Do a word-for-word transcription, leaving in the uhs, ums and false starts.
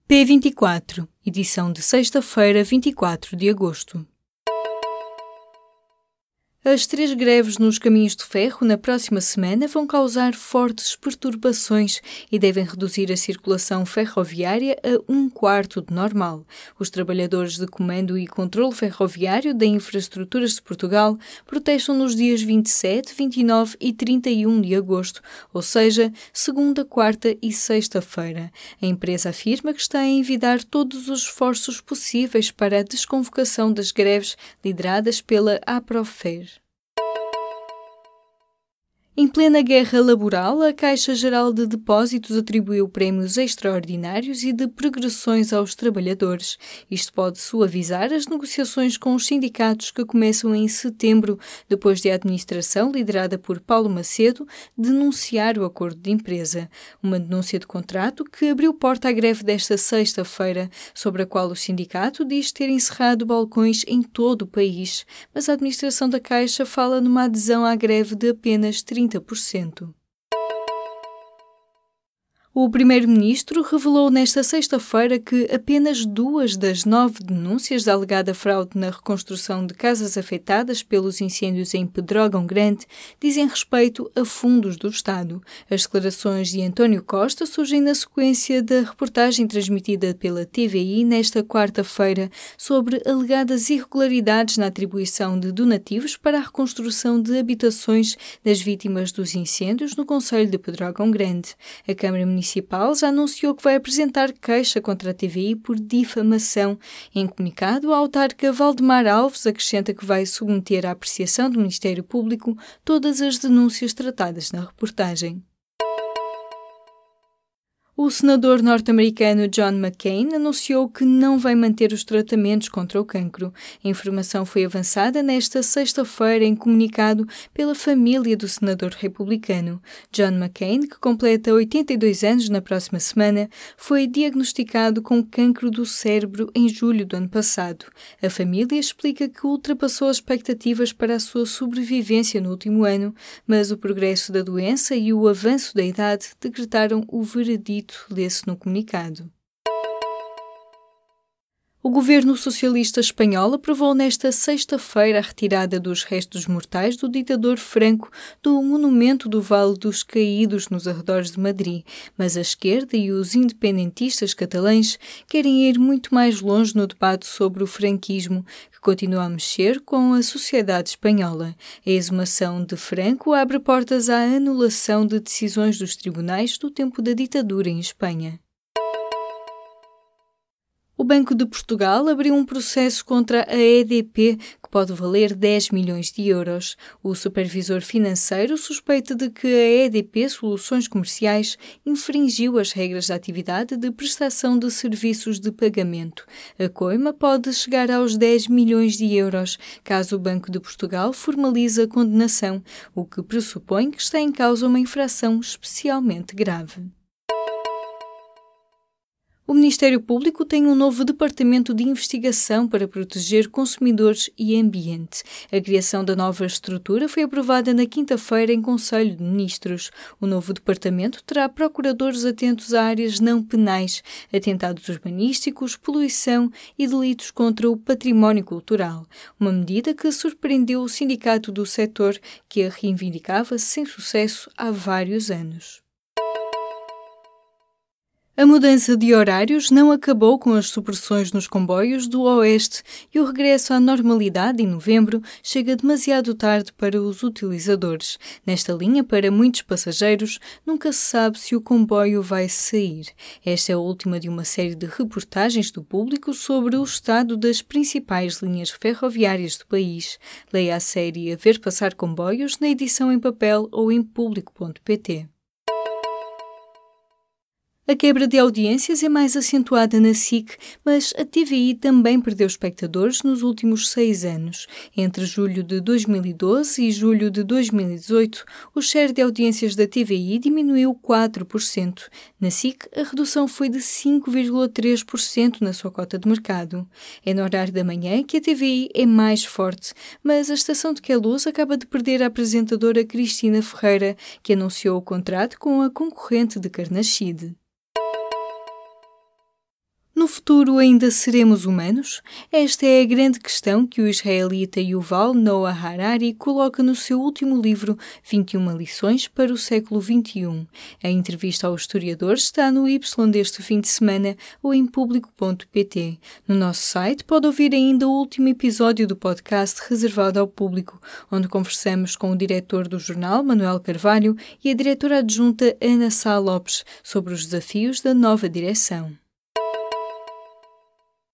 P vinte e quatro, edição de sexta-feira, vinte e quatro de agosto. As três greves nos caminhos de ferro na próxima semana vão causar fortes perturbações e devem reduzir a circulação ferroviária a um quarto de normal. Os trabalhadores de comando e controle ferroviário da Infraestruturas de Portugal protestam nos dias vinte e sete, vinte e nove e trinta e um de agosto, ou seja, segunda, quarta e sexta-feira. A empresa afirma que está a envidar todos os esforços possíveis para a desconvocação das greves lideradas pela APROFER. Em plena guerra laboral, a Caixa Geral de Depósitos atribuiu prémios extraordinários e de progressões aos trabalhadores. Isto pode suavizar as negociações com os sindicatos que começam em setembro, depois de a administração, liderada por Paulo Macedo, denunciar o acordo de empresa. Uma denúncia de contrato que abriu porta à greve desta sexta-feira, sobre a qual o sindicato diz ter encerrado balcões em todo o país. Mas a administração da Caixa fala numa adesão à greve de apenas trinta por cento. O primeiro-ministro revelou nesta sexta-feira que apenas duas das nove denúncias da alegada fraude na reconstrução de casas afetadas pelos incêndios em Pedrógão Grande dizem respeito a fundos do Estado. As declarações de António Costa surgem na sequência da reportagem transmitida pela T V I nesta quarta-feira sobre alegadas irregularidades na atribuição de donativos para a reconstrução de habitações das vítimas dos incêndios no concelho de Pedrógão Grande. A Câmara Municipal Municipal já anunciou que vai apresentar queixa contra a T V I por difamação. Em comunicado, a autarca Valdemar Alves acrescenta que vai submeter à apreciação do Ministério Público todas as denúncias tratadas na reportagem. O senador norte-americano John McCain anunciou que não vai manter os tratamentos contra o cancro. A informação foi avançada nesta sexta-feira em comunicado pela família do senador republicano. John McCain, que completa oitenta e dois anos na próxima semana, foi diagnosticado com cancro do cérebro em julho do ano passado. A família explica que ultrapassou as expectativas para a sua sobrevivência no último ano, mas o progresso da doença e o avanço da idade decretaram o veredito, lê-se no comunicado. O governo socialista espanhol aprovou nesta sexta-feira a retirada dos restos mortais do ditador Franco do monumento do Vale dos Caídos nos arredores de Madrid, mas a esquerda e os independentistas catalães querem ir muito mais longe no debate sobre o franquismo, que continua a mexer com a sociedade espanhola. A exumação de Franco abre portas à anulação de decisões dos tribunais do tempo da ditadura em Espanha. O Banco de Portugal abriu um processo contra a E D P que pode valer dez milhões de euros. O supervisor financeiro suspeita de que a E D P Soluções Comerciais infringiu as regras da atividade de prestação de serviços de pagamento. A coima pode chegar aos dez milhões de euros, caso o Banco de Portugal formalize a condenação, o que pressupõe que está em causa uma infração especialmente grave. O Ministério Público tem um novo departamento de investigação para proteger consumidores e ambiente. A criação da nova estrutura foi aprovada na quinta-feira em Conselho de Ministros. O novo departamento terá procuradores atentos a áreas não penais, atentados urbanísticos, poluição e delitos contra o património cultural. Uma medida que surpreendeu o sindicato do setor, que a reivindicava sem sucesso há vários anos. A mudança de horários não acabou com as supressões nos comboios do Oeste e o regresso à normalidade em novembro chega demasiado tarde para os utilizadores. Nesta linha, para muitos passageiros, nunca se sabe se o comboio vai sair. Esta é a última de uma série de reportagens do Público sobre o estado das principais linhas ferroviárias do país. Leia a série A Ver Passar Comboios na edição em papel ou em público ponto pt. A quebra de audiências é mais acentuada na S I C, mas a T V I também perdeu espectadores nos últimos seis anos. Entre julho de dois mil e doze e julho de dois mil e dezoito, o share de audiências da T V I diminuiu quatro por cento. Na S I C, a redução foi de cinco vírgula três por cento na sua cota de mercado. É no horário da manhã que a T V I é mais forte, mas a estação de Queluz acaba de perder a apresentadora Cristina Ferreira, que anunciou o contrato com a concorrente de Carnaxide. No futuro ainda seremos humanos? Esta é a grande questão que o israelita Yuval Noah Harari coloca no seu último livro, vinte e uma lições para o século vinte e um. A entrevista ao historiador está no Y deste fim de semana ou em público ponto pt. No nosso site pode ouvir ainda o último episódio do podcast reservado ao público, onde conversamos com o diretor do jornal, Manuel Carvalho, e a diretora adjunta Ana Sá Lopes sobre os desafios da nova direção.